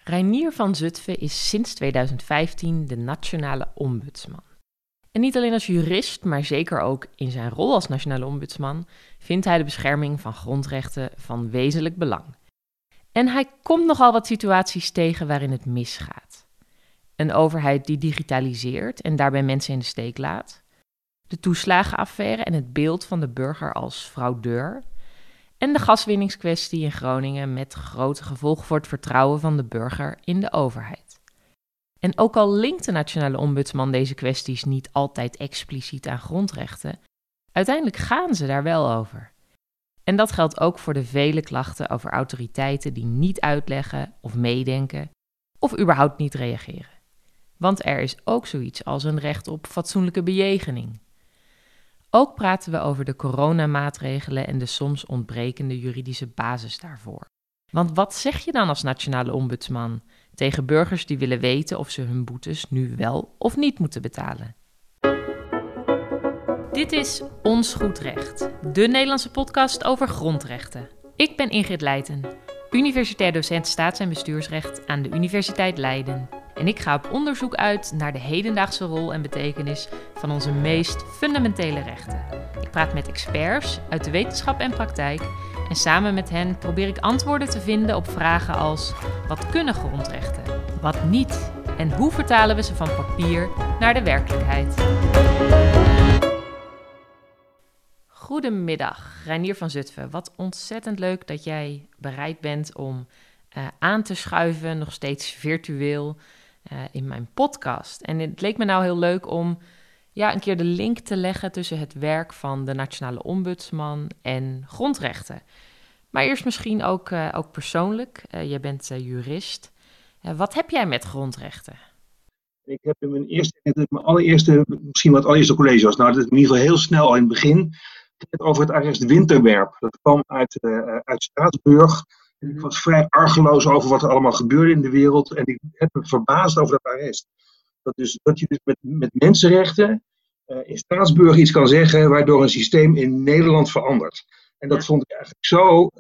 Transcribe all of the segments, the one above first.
Reinier van Zutphen is sinds 2015 de nationale ombudsman. En niet alleen als jurist, maar zeker ook in zijn rol als nationale ombudsman vindt hij de bescherming van grondrechten van wezenlijk belang. En hij komt nogal wat situaties tegen waarin het misgaat. Een overheid die digitaliseert en daarbij mensen in de steek laat. De toeslagenaffaire en het beeld van de burger als fraudeur. En de gaswinningskwestie in Groningen met grote gevolgen voor het vertrouwen van de burger in de overheid. En ook al linkt de nationale ombudsman deze kwesties niet altijd expliciet aan grondrechten, uiteindelijk gaan ze daar wel over. En dat geldt ook voor de vele klachten over autoriteiten die niet uitleggen of meedenken of überhaupt niet reageren. Want er is ook zoiets als een recht op fatsoenlijke bejegening. Ook praten we over de coronamaatregelen en de soms ontbrekende juridische basis daarvoor. Want wat zeg je dan als nationale ombudsman tegen burgers die willen weten of ze hun boetes nu wel of niet moeten betalen? Dit is Ons Goed Recht, de Nederlandse podcast over grondrechten. Ik ben Ingrid Leijten, universitair docent staats- en bestuursrecht aan de Universiteit Leiden. En ik ga op onderzoek uit naar de hedendaagse rol en betekenis van onze meest fundamentele rechten. Ik praat met experts uit de wetenschap en praktijk en samen met hen probeer ik antwoorden te vinden op vragen als: wat kunnen grondrechten, wat niet en hoe vertalen we ze van papier naar de werkelijkheid? Goedemiddag, Reinier van Zutphen. Wat ontzettend leuk dat jij bereid bent om aan te schuiven, nog steeds virtueel, in mijn podcast. En het leek me nou heel leuk om een keer de link te leggen tussen het werk van de nationale ombudsman en grondrechten. Maar eerst misschien ook persoonlijk. Jij bent jurist. Wat heb jij met grondrechten? Ik heb in mijn allereerste, misschien wat allereerste college was. Nou, dat is in ieder geval heel snel al in het begin. Over het arrest Winterwerp. Dat kwam uit Straatsburg. En ik was vrij argeloos over wat er allemaal gebeurde in de wereld. En ik heb me verbaasd over dat arrest. Dat je dus met mensenrechten in Straatsburg iets kan zeggen waardoor een systeem in Nederland verandert. En dat vond ik eigenlijk zo,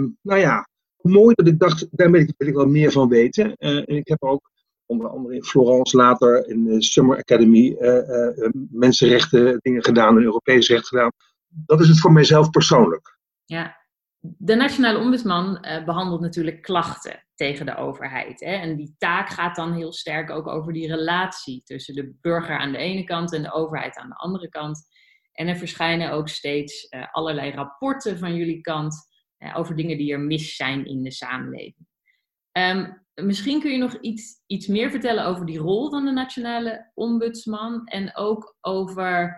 mooi dat ik dacht, daar wil ik wel meer van weten. En ik heb ook onder andere in Florence, later in de Summer Academy, mensenrechten dingen gedaan en Europees recht gedaan. Dat is het voor mijzelf persoonlijk. Ja, de nationale ombudsman behandelt natuurlijk klachten tegen de overheid. Hè? En die taak gaat dan heel sterk ook over die relatie tussen de burger aan de ene kant en de overheid aan de andere kant. En er verschijnen ook steeds allerlei rapporten van jullie kant over dingen die er mis zijn in de samenleving. Misschien kun je nog iets meer vertellen over die rol van de nationale ombudsman en ook over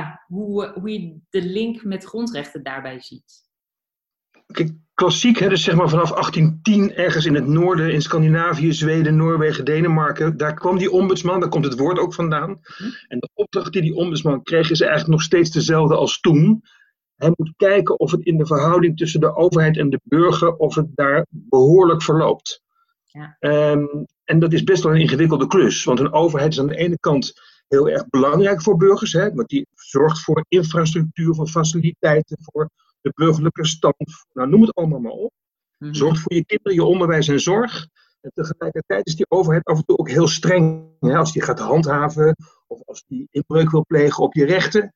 hoe je de link met grondrechten daarbij ziet. Kijk, klassiek, dus zeg maar vanaf 1810 ergens in het noorden, in Scandinavië, Zweden, Noorwegen, Denemarken, daar kwam die ombudsman, daar komt het woord ook vandaan. En de opdracht die ombudsman kreeg is eigenlijk nog steeds dezelfde als toen. Hij moet kijken of het in de verhouding tussen de overheid en de burger, of het daar behoorlijk verloopt. Ja. En dat is best wel een ingewikkelde klus, want een overheid is aan de ene kant heel erg belangrijk voor burgers, want die zorgt voor infrastructuur, voor faciliteiten, voor de burgerlijke stand, noem het allemaal maar op. Zorgt voor je kinderen, je onderwijs en zorg. En tegelijkertijd is die overheid af en toe ook heel streng, als die gaat handhaven of als die inbreuk wil plegen op je rechten.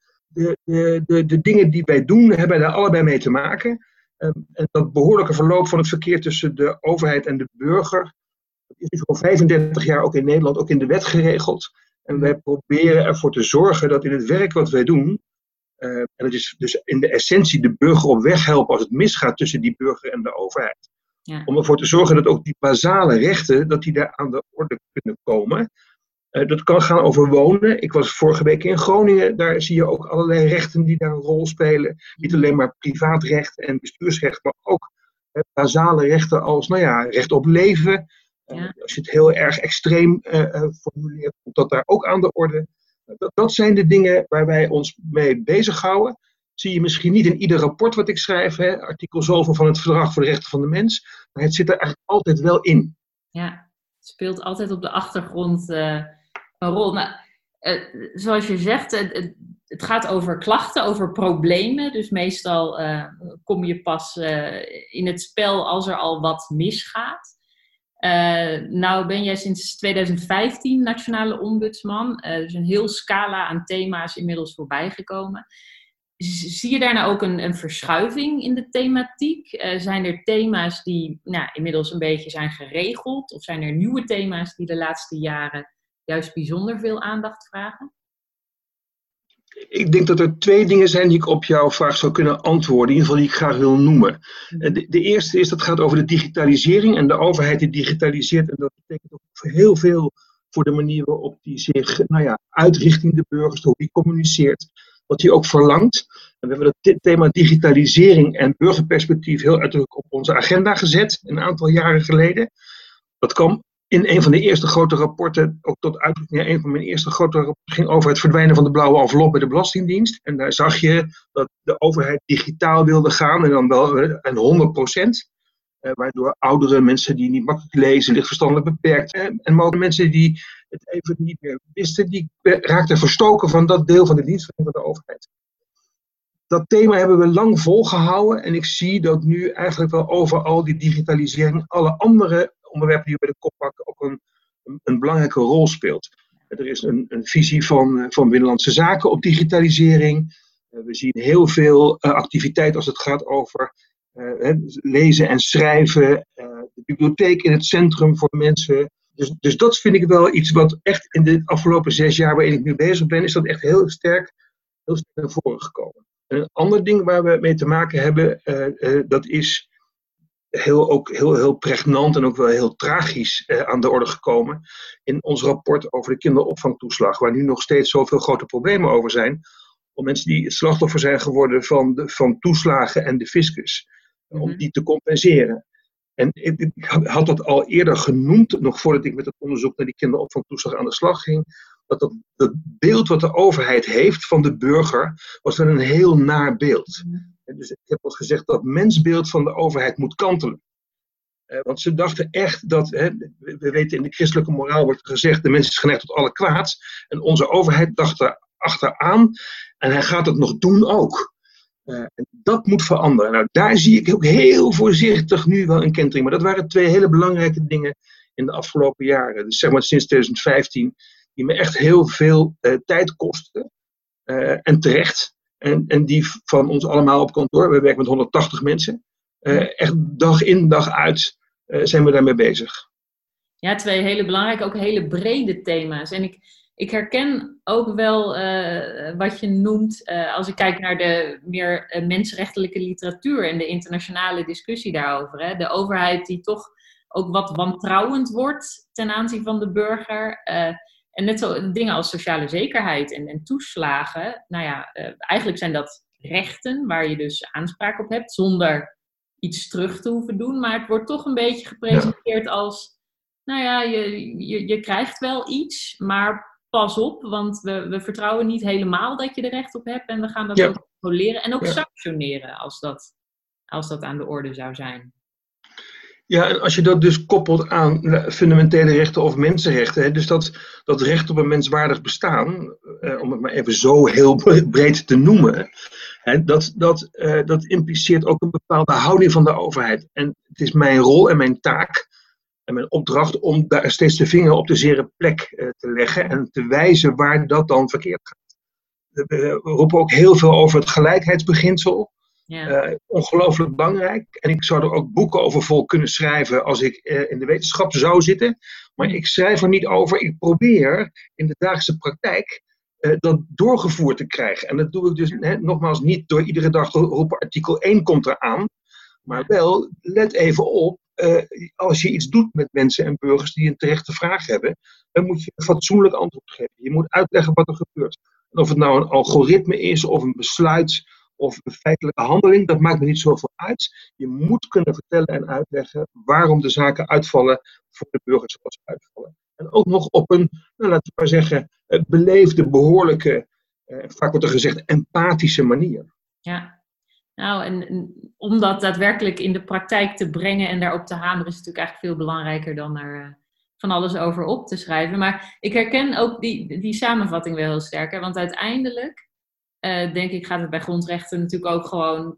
De dingen die wij doen, hebben daar allebei mee te maken. En dat behoorlijke verloop van het verkeer tussen de overheid en de burger, dat is al 35 jaar ook in Nederland, ook in de wet geregeld. En wij proberen ervoor te zorgen dat in het werk wat wij doen, en dat is dus in de essentie de burger op weg helpen als het misgaat tussen die burger en de overheid. Ja. Om ervoor te zorgen dat ook die basale rechten, dat die daar aan de orde kunnen komen. Dat kan gaan over wonen. Ik was vorige week in Groningen. Daar zie je ook allerlei rechten die daar een rol spelen. Niet alleen maar privaatrecht en bestuursrecht, maar ook basale rechten als recht op leven. Ja. Als je het heel erg extreem formuleert, komt dat daar ook aan de orde. Dat zijn de dingen waar wij ons mee bezighouden. Zie je misschien niet in ieder rapport wat ik schrijf, artikel zoveel van het Verdrag voor de Rechten van de Mens. Maar het zit er eigenlijk altijd wel in. Ja, het speelt altijd op de achtergrond een rol. Nou, zoals je zegt, het gaat over klachten, over problemen. Dus meestal kom je pas in het spel als er al wat misgaat. Nou ben jij sinds 2015 nationale ombudsman. Er is een heel scala aan thema's inmiddels voorbij gekomen. Zie je daar nou ook een verschuiving in de thematiek? Zijn er thema's die inmiddels een beetje zijn geregeld? Of zijn er nieuwe thema's die de laatste jaren juist bijzonder veel aandacht vragen? Ik denk dat er 2 dingen zijn die ik op jouw vraag zou kunnen antwoorden, in ieder geval die ik graag wil noemen. De eerste is, dat gaat over de digitalisering en de overheid die digitaliseert. En dat betekent ook heel veel voor de manier waarop die zich uit richting de burgers, hoe die communiceert, wat hij ook verlangt. En we hebben het thema digitalisering en burgerperspectief heel uitdrukkelijk op onze agenda gezet, een aantal jaren geleden. Dat kwam in een van de eerste grote rapporten, ook tot uitdrukking, een van mijn eerste grote rapporten ging over het verdwijnen van de blauwe envelop bij de Belastingdienst. En daar zag je dat de overheid digitaal wilde gaan en dan wel een 100%. Waardoor oudere mensen die niet makkelijk lezen, lichtverstandelijk beperkt, en maar ook mensen die het even niet meer wisten, die raakten verstoken van dat deel van de dienstverlening van de overheid. Dat thema hebben we lang volgehouden en ik zie dat nu eigenlijk wel overal die digitalisering, alle andere onderwerpen die we bij de kop pakken, ook een belangrijke rol speelt. Er is een visie van Binnenlandse Zaken op digitalisering. We zien heel veel activiteit als het gaat over lezen en schrijven. De bibliotheek in het centrum voor mensen. Dus dat vind ik wel iets wat echt in de afgelopen 6 jaar waarin ik nu bezig ben, is dat echt heel sterk naar voren gekomen. En een ander ding waar we mee te maken hebben, dat is heel pregnant en ook wel heel tragisch aan de orde gekomen in ons rapport over de kinderopvangtoeslag, waar nu nog steeds zoveel grote problemen over zijn, om mensen die het slachtoffer zijn geworden van toeslagen en de fiscus, om die te compenseren. En ik had dat al eerder genoemd, nog voordat ik met het onderzoek naar die kinderopvangtoeslag aan de slag ging, dat beeld wat de overheid heeft van de burger, was wel een heel naar beeld. En dus ik heb al gezegd dat mensbeeld van de overheid moet kantelen. Want ze dachten echt dat, we weten in de christelijke moraal wordt gezegd, de mens is geneigd tot alle kwaad. En onze overheid dacht er achteraan en hij gaat het nog doen ook. En dat moet veranderen. Nou, daar zie ik ook heel voorzichtig nu wel een kentering. Maar dat waren 2 hele belangrijke dingen in de afgelopen jaren. Dus zeg maar sinds 2015, die me echt heel veel tijd kosten. En terecht. En die van ons allemaal op kantoor, we werken met 180 mensen. Echt dag in, dag uit zijn we daarmee bezig. Ja, 2 hele belangrijke, ook hele brede thema's. En ik herken ook wel wat je noemt als ik kijk naar de meer mensenrechtelijke literatuur en de internationale discussie daarover. Hè. De overheid die toch ook wat wantrouwend wordt ten aanzien van de burger. En net zo dingen als sociale zekerheid en toeslagen. Eigenlijk zijn dat rechten waar je dus aanspraak op hebt zonder iets terug te hoeven doen. Maar het wordt toch een beetje gepresenteerd als, je krijgt wel iets, maar pas op, want we vertrouwen niet helemaal dat je er recht op hebt en we gaan dat ook controleren en ook sanctioneren als dat aan de orde zou zijn. Ja, en als je dat dus koppelt aan fundamentele rechten of mensenrechten, dus dat recht op een menswaardig bestaan, om het maar even zo heel breed te noemen, dat impliceert ook een bepaalde houding van de overheid. En het is mijn rol en mijn taak en mijn opdracht om daar steeds de vinger op de zere plek te leggen en te wijzen waar dat dan verkeerd gaat. We roepen ook heel veel over het gelijkheidsbeginsel. Ja. Ongelooflijk belangrijk. En ik zou er ook boeken over vol kunnen schrijven als ik in de wetenschap zou zitten. Maar ik schrijf er niet over. Ik probeer in de dagelijkse praktijk dat doorgevoerd te krijgen. En dat doe ik dus nogmaals niet door iedere dag te roepen artikel 1 komt eraan. Maar wel, let even op. Als je iets doet met mensen en burgers die een terechte vraag hebben, dan moet je een fatsoenlijk antwoord geven. Je moet uitleggen wat er gebeurt. En of het nou een algoritme is of een besluit of een feitelijke handeling, dat maakt me niet zoveel uit. Je moet kunnen vertellen en uitleggen waarom de zaken uitvallen voor de burgers zoals ze uitvallen. En ook nog op een, laten we maar zeggen, beleefde, behoorlijke, vaak wordt er gezegd, empathische manier. Ja. Nou, en om dat daadwerkelijk in de praktijk te brengen en daarop te hameren, is natuurlijk eigenlijk veel belangrijker dan er van alles over op te schrijven. Maar ik herken ook die samenvatting wel heel sterk. Hè? Want uiteindelijk, denk ik, gaat het bij grondrechten natuurlijk ook gewoon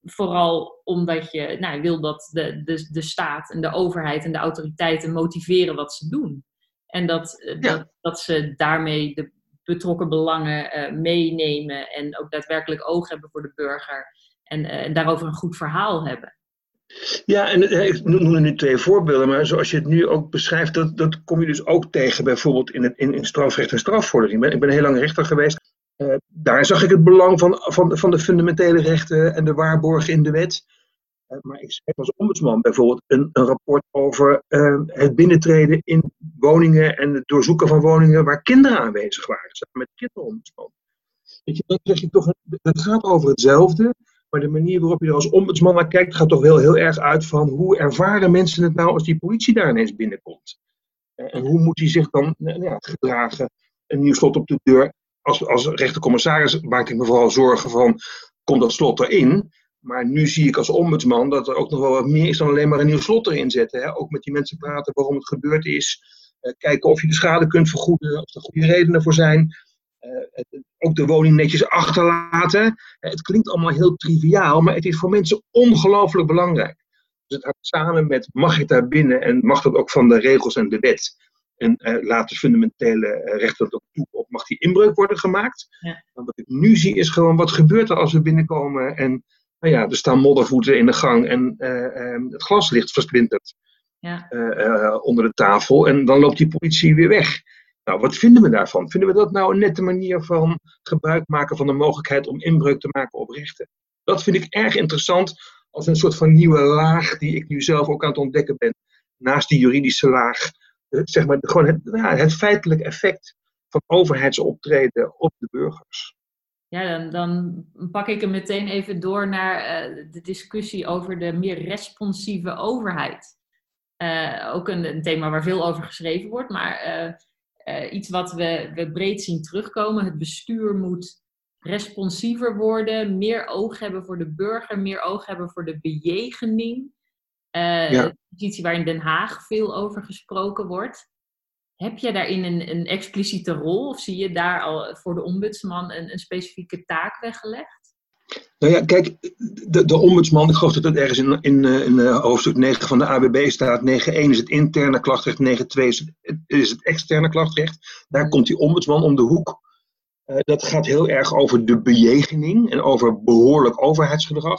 Vooral omdat je wil dat de staat en de overheid en de autoriteiten motiveren wat ze doen. En dat ze daarmee de betrokken belangen meenemen en ook daadwerkelijk oog hebben voor de burger en daarover een goed verhaal hebben. Ja, en ik noemde nu 2 voorbeelden, maar zoals je het nu ook beschrijft, dat kom je dus ook tegen bijvoorbeeld in strafrecht en strafvordering. Ik ben heel lang rechter geweest. Daar zag ik het belang van de fundamentele rechten en de waarborgen in de wet. Maar ik schreef als ombudsman bijvoorbeeld een rapport over het binnentreden in woningen en het doorzoeken van woningen waar kinderen aanwezig waren. Samen met de kinderombudsman. Weet je, dan zeg je toch, het gaat over hetzelfde, maar de manier waarop je er als ombudsman naar kijkt, gaat toch wel heel erg uit van hoe ervaren mensen het nou als die politie daar ineens binnenkomt. En hoe moet hij zich dan gedragen? Een nieuw slot op de deur. Als rechtercommissaris maak ik me vooral zorgen van, komt dat slot erin? Maar nu zie ik als ombudsman dat er ook nog wel wat meer is dan alleen maar een nieuw slot erin zetten. Hè? Ook met die mensen praten waarom het gebeurd is. Kijken of je de schade kunt vergoeden, of er goede redenen voor zijn. Ook de woning netjes achterlaten. Het klinkt allemaal heel triviaal, maar het is voor mensen ongelooflijk belangrijk. Dus het hangt samen met, mag ik daar binnen en mag dat ook van de regels en de wet? En laat de fundamentele rechten dat ook toe, of mag die inbreuk worden gemaakt? Ja. Wat ik nu zie is gewoon, wat gebeurt er als we binnenkomen en er staan moddervoeten in de gang en het glas ligt versplinterd onder de tafel en dan loopt die politie weer weg. Nou, wat vinden we daarvan? Vinden we dat nou een nette manier van gebruik maken van de mogelijkheid om inbreuk te maken op rechten? Dat vind ik erg interessant als een soort van nieuwe laag die ik nu zelf ook aan het ontdekken ben. Naast die juridische laag, zeg maar gewoon het feitelijk effect van overheidsoptreden op de burgers. Ja, dan pak ik hem meteen even door naar de discussie over de meer responsieve overheid. Ook een thema waar veel over geschreven wordt, maar iets wat we breed zien terugkomen. Het bestuur moet responsiever worden, meer oog hebben voor de burger, meer oog hebben voor de bejegening. Een positie waar in Den Haag veel over gesproken wordt. Heb je daarin een expliciete rol of zie je daar al voor de ombudsman een specifieke taak weggelegd? Nou ja, kijk, de ombudsman, ik geloof dat het ergens in hoofdstuk 9 van de AWB staat. 9.1 is het interne klachtrecht, 9.2 is het externe klachtrecht. Daar komt die ombudsman om de hoek. Dat gaat heel erg over de bejegening en over behoorlijk overheidsgedrag.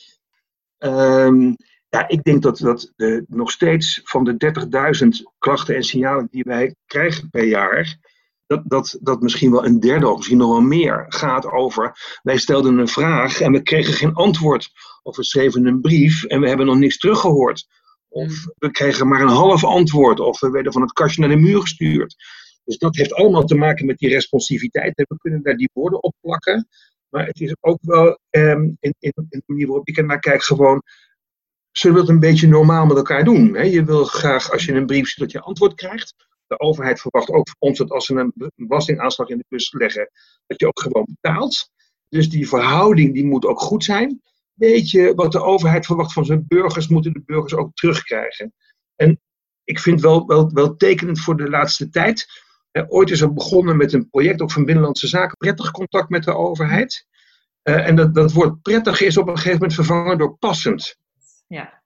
Ik denk dat nog steeds van de 30.000 klachten en signalen die wij krijgen per jaar, dat misschien wel een derde of misschien nog wel meer gaat over, wij stelden een vraag en we kregen geen antwoord. Of we schreven een brief en we hebben nog niks teruggehoord. Of we kregen maar een half antwoord of we werden van het kastje naar de muur gestuurd. Dus dat heeft allemaal te maken met die responsiviteit. We kunnen daar die woorden op plakken. Maar het is ook wel in de manier waarop ik er naar kijk gewoon, zullen we het een beetje normaal met elkaar doen? Hè? Je wil graag als je een brief ziet dat je antwoord krijgt. De overheid verwacht ook van ons dat als ze een belastingaanslag in de bus leggen, dat je ook gewoon betaalt. Dus die verhouding die moet ook goed zijn. Weet je wat de overheid verwacht van zijn burgers, moeten de burgers ook terugkrijgen. En ik vind wel tekenend voor de laatste tijd. Ooit is er begonnen met een project ook van Binnenlandse Zaken, prettig contact met de overheid. En dat woord prettig is op een gegeven moment vervangen door passend. Ja.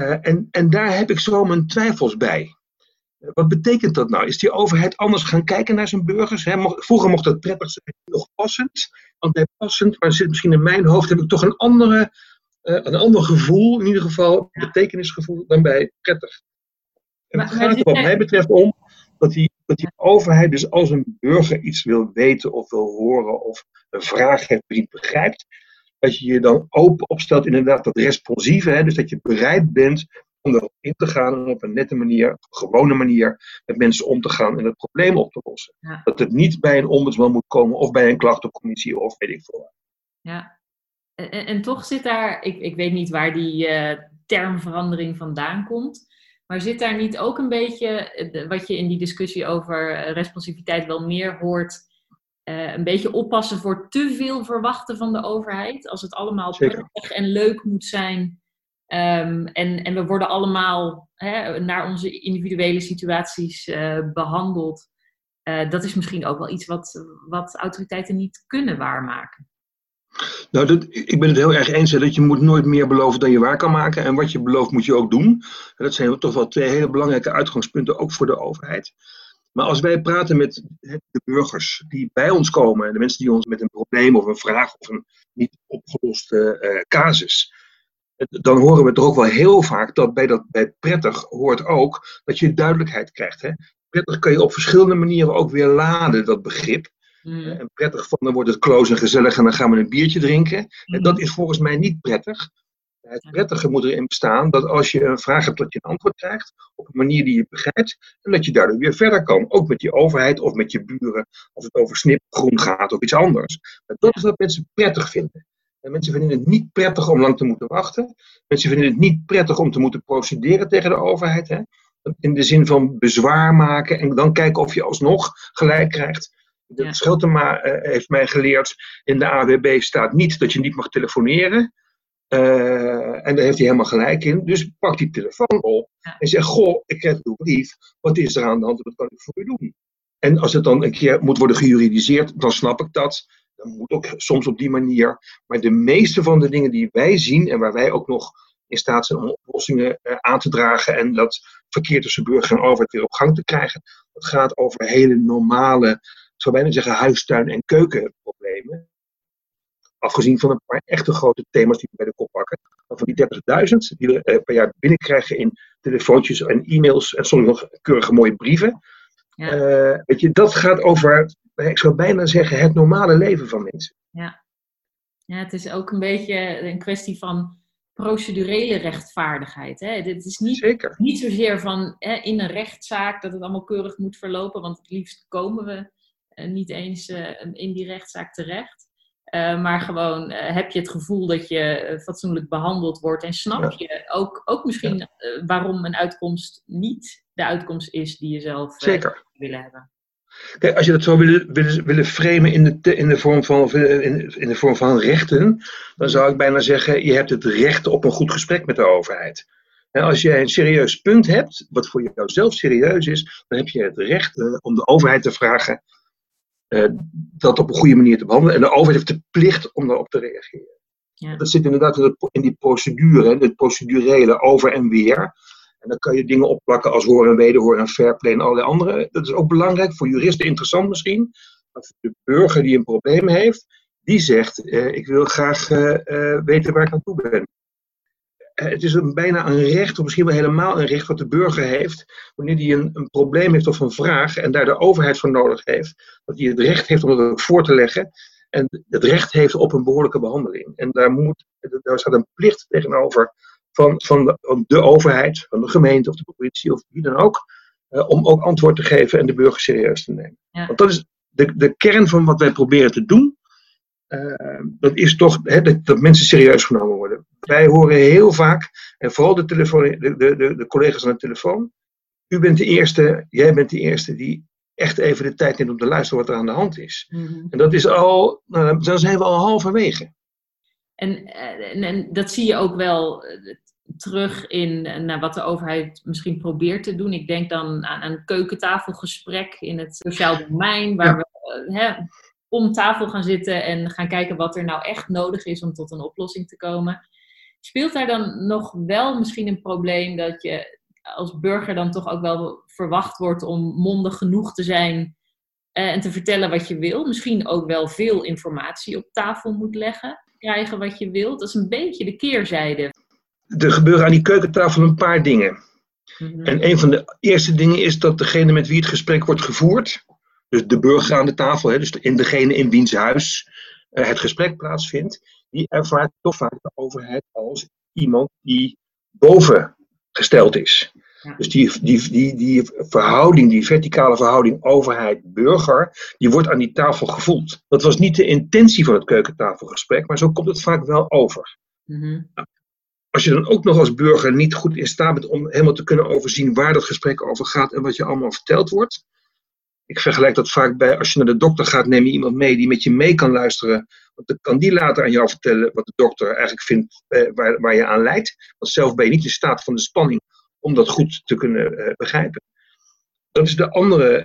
En daar heb ik zo mijn twijfels bij. Wat betekent dat nou? Is die overheid anders gaan kijken naar zijn burgers? Vroeger mocht dat prettig zijn, nog passend. Want bij passend, maar zit misschien in mijn hoofd, heb ik toch een ander gevoel, in ieder geval betekenisgevoel, dan bij prettig. En het gaat er wat mij betreft om dat die overheid dus als een burger iets wil weten of wil horen of een vraag heeft die niet begrijpt, dat je je dan open opstelt, inderdaad dat responsieve, dus dat je bereid bent om erop in te gaan en op een nette manier, gewone manier met mensen om te gaan en het probleem op te lossen. Ja. Dat het niet bij een ombudsman moet komen of bij een klachtencommissie of weet ik veel. Ja, en toch zit daar, ik weet niet waar die termverandering vandaan komt, maar zit daar niet ook een beetje, wat je in die discussie over responsiviteit wel meer hoort, een beetje oppassen voor te veel verwachten van de overheid. Als het allemaal prettig en leuk moet zijn. En we worden allemaal naar onze individuele situaties behandeld. Dat is misschien ook wel iets wat autoriteiten niet kunnen waarmaken. Nou, ik ben het heel erg eens dat je moet nooit meer beloven dan je waar kan maken. En wat je belooft moet je ook doen. En dat zijn toch wel twee hele belangrijke uitgangspunten, ook voor de overheid. Maar als wij praten met de burgers die bij ons komen, de mensen die ons met een probleem of een vraag of een niet opgeloste casus, dan horen we toch ook wel heel vaak dat bij prettig hoort ook dat je duidelijkheid krijgt. Hè? Prettig kan je op verschillende manieren ook weer laden, dat begrip. En prettig van dan wordt het close en gezellig en dan gaan we een biertje drinken. Dat is volgens mij niet prettig. Het prettige moet erin bestaan dat als je een vraag hebt dat je een antwoord krijgt op een manier die je begrijpt en dat je daardoor weer verder kan. Ook met die overheid of met je buren als het over snipgroen gaat of iets anders. Maar dat is wat mensen prettig vinden. En mensen vinden het niet prettig om lang te moeten wachten. Mensen vinden het niet prettig om te moeten procederen tegen de overheid. Hè? In de zin van bezwaar maken en dan kijken of je alsnog gelijk krijgt. Scheltema heeft mij geleerd, in de AWB staat niet dat je niet mag telefoneren. En daar heeft hij helemaal gelijk in. Dus pak die telefoon op en zeg, goh, ik krijg uw brief. Wat is er aan de hand? Wat kan ik voor u doen? En als het dan een keer moet worden gejuridiseerd, dan snap ik dat. Dat moet ook soms op die manier. Maar de meeste van de dingen die wij zien en waar wij ook nog in staat zijn om oplossingen aan te dragen en dat verkeer tussen burger en overheid weer op gang te krijgen, dat gaat over hele normale, ik zou bijna zeggen, huistuin- en keukenproblemen. Afgezien van een paar echte grote thema's die we bij de kop pakken. Van die 30.000 die we per jaar binnenkrijgen in telefoontjes en e-mails en soms nog keurige mooie brieven. Ja. Weet je, dat gaat over, ik zou bijna zeggen, het normale leven van mensen. Ja, het is ook een beetje een kwestie van procedurele rechtvaardigheid. Hè? Dit is niet zozeer van in een rechtszaak dat het allemaal keurig moet verlopen, want het liefst komen we niet eens in die rechtszaak terecht. Maar gewoon heb je het gevoel dat je fatsoenlijk behandeld wordt en snap je ook misschien waarom een uitkomst niet de uitkomst is die je zelf willen hebben. Kijk, als je dat zou willen framen in de vorm van rechten, dan zou ik bijna zeggen, je hebt het recht op een goed gesprek met de overheid. En als jij een serieus punt hebt, wat voor jou zelf serieus is, dan heb je het recht om de overheid te vragen dat op een goede manier te behandelen. En de overheid heeft de plicht om daarop te reageren. Ja. Dat zit inderdaad in die procedure, het procedurele over en weer. En dan kan je dingen opplakken als hoor en wederhoor en fair play en allerlei andere. Dat is ook belangrijk, voor juristen interessant misschien. Maar voor de burger die een probleem heeft, die zegt, ik wil graag weten waar ik aan toe ben. Het is bijna een recht, of misschien wel helemaal een recht wat de burger heeft, wanneer hij een probleem heeft of een vraag en daar de overheid voor nodig heeft, dat hij het recht heeft om dat ook voor te leggen en het recht heeft op een behoorlijke behandeling. En daar staat een plicht tegenover van de overheid, van de gemeente of de politie of wie dan ook, om ook antwoord te geven en de burger serieus te nemen. Ja. Want dat is de kern van wat wij proberen te doen. Dat is toch dat mensen serieus genomen worden. Wij horen heel vaak, en vooral de collega's aan de telefoon, u bent de eerste, jij bent de eerste die echt even de tijd neemt om te luisteren wat er aan de hand is. Mm-hmm. En dat is al, dan zijn we al halverwege. En dat zie je ook wel terug in wat de overheid misschien probeert te doen. Ik denk dan aan een keukentafelgesprek in het sociaal domein, waar we om tafel gaan zitten en gaan kijken wat er nou echt nodig is om tot een oplossing te komen. Speelt daar dan nog wel misschien een probleem dat je als burger dan toch ook wel verwacht wordt om mondig genoeg te zijn en te vertellen wat je wil? Misschien ook wel veel informatie op tafel moet leggen, krijgen wat je wilt. Dat is een beetje de keerzijde. Er gebeuren aan die keukentafel een paar dingen. Mm-hmm. En een van de eerste dingen is dat degene met wie het gesprek wordt gevoerd, dus de burger aan de tafel, dus degene in wiens huis het gesprek plaatsvindt, die ervaart toch vaak de overheid als iemand die bovengesteld is. Ja. Dus die verhouding, die verticale verhouding overheid-burger, die wordt aan die tafel gevoeld. Dat was niet de intentie van het keukentafelgesprek, maar zo komt het vaak wel over. Mm-hmm. Nou, als je dan ook nog als burger niet goed in staat bent om helemaal te kunnen overzien waar dat gesprek over gaat en wat je allemaal verteld wordt. Ik vergelijk dat vaak bij, als je naar de dokter gaat, neem je iemand mee die met je mee kan luisteren. Want dan kan die later aan jou vertellen wat de dokter eigenlijk vindt waar je aan lijdt. Want zelf ben je niet in staat van de spanning om dat goed te kunnen begrijpen. Dat is de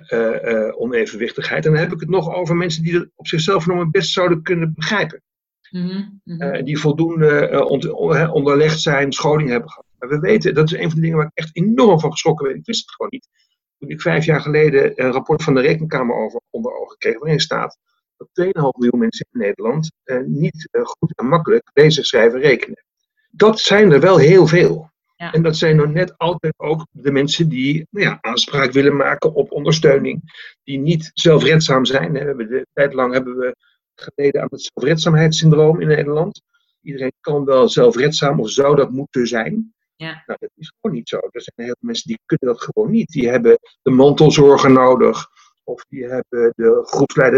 andere onevenwichtigheid. En dan heb ik het nog over mensen die dat op zichzelf genomen best zouden kunnen begrijpen. Die voldoende onderlegd zijn, scholing hebben gehad. Maar we weten, dat is een van de dingen waar ik echt enorm van geschrokken ben. Ik wist het gewoon niet. Toen ik 5 jaar geleden een rapport van de Rekenkamer onder ogen kreeg, waarin staat dat 2,5 miljoen mensen in Nederland niet goed en makkelijk lezen, schrijven, rekenen. Dat zijn er wel heel veel. Ja. En dat zijn nog net altijd ook de mensen die aanspraak willen maken op ondersteuning, die niet zelfredzaam zijn. Tijdlang hebben we geleden aan het zelfredzaamheidssyndroom in Nederland. Iedereen kan wel zelfredzaam of zou dat moeten zijn. Ja. Nou, dat is gewoon niet zo. Er zijn heel veel mensen die kunnen dat gewoon niet. Die hebben de mantelzorger nodig. Of die hebben de groepsleider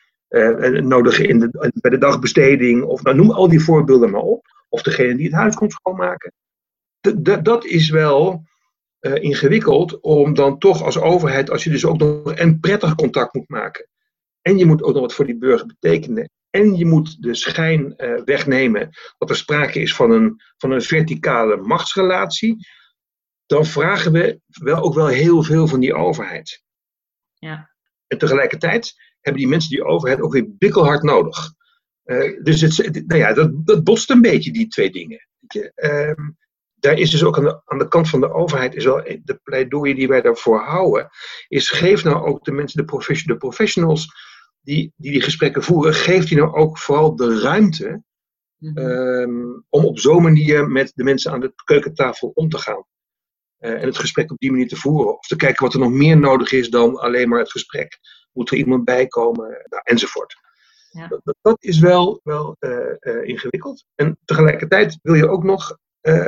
nodig bij de dagbesteding. Of noem al die voorbeelden maar op. Of degene die het huis komt schoonmaken. Dat is wel ingewikkeld om dan toch als overheid, als je dus ook nog een prettig contact moet maken. En je moet ook nog wat voor die burger betekenen. En je moet de schijn wegnemen dat er sprake is van een verticale machtsrelatie. Dan vragen we ook wel heel veel van die overheid. Ja. En tegelijkertijd hebben die mensen die overheid ook weer bikkelhard nodig. Dus dat botst een beetje, die twee dingen. Daar is dus ook aan de kant van de overheid is wel de pleidooi die wij daarvoor houden. Is geef nou ook de mensen, de professionals die gesprekken voeren, geeft die nou ook vooral de ruimte om op zo'n manier met de mensen aan de keukentafel om te gaan. En het gesprek op die manier te voeren. Of te kijken wat er nog meer nodig is dan alleen maar het gesprek. Moet er iemand bij komen, enzovoort. Ja. Dat is wel ingewikkeld. En tegelijkertijd wil je ook nog,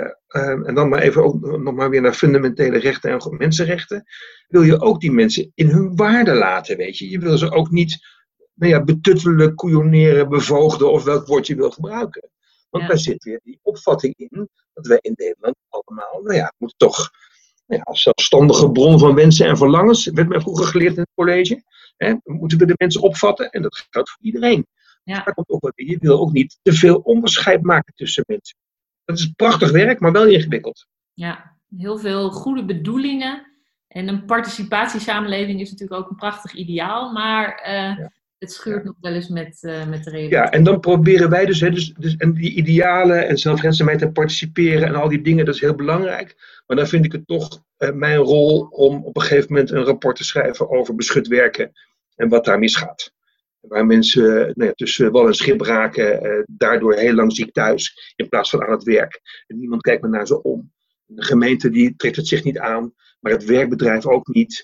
en dan maar even ook nog maar weer naar fundamentele rechten en mensenrechten, wil je ook die mensen in hun waarde laten, weet je. Je wil ze ook niet betuttelen, koeioneren, bevoogden of welk woord je wil gebruiken. Want daar zit weer die opvatting in dat wij in Nederland allemaal, moeten toch als zelfstandige bron van wensen en verlangens, werd mij vroeger geleerd in het college, moeten we de mensen opvatten en dat geldt voor iedereen. Ja. Dus daar komt ook wel weer, je wil ook niet te veel onderscheid maken tussen mensen. Dat is prachtig werk, maar wel ingewikkeld. Ja, heel veel goede bedoelingen. En een participatiesamenleving is natuurlijk ook een prachtig ideaal, maar het schuurt nog wel eens met de realiteit. Ja, en dan proberen wij dus en die idealen en zelfredzaamheid en participeren en al die dingen, dat is heel belangrijk. Maar dan vind ik het toch mijn rol om op een gegeven moment een rapport te schrijven over beschut werken en wat daar misgaat. Waar mensen tussen wal en schip raken, daardoor heel lang ziek thuis in plaats van aan het werk. En niemand kijkt meer naar ze om. De gemeente die trekt het zich niet aan, maar het werkbedrijf ook niet.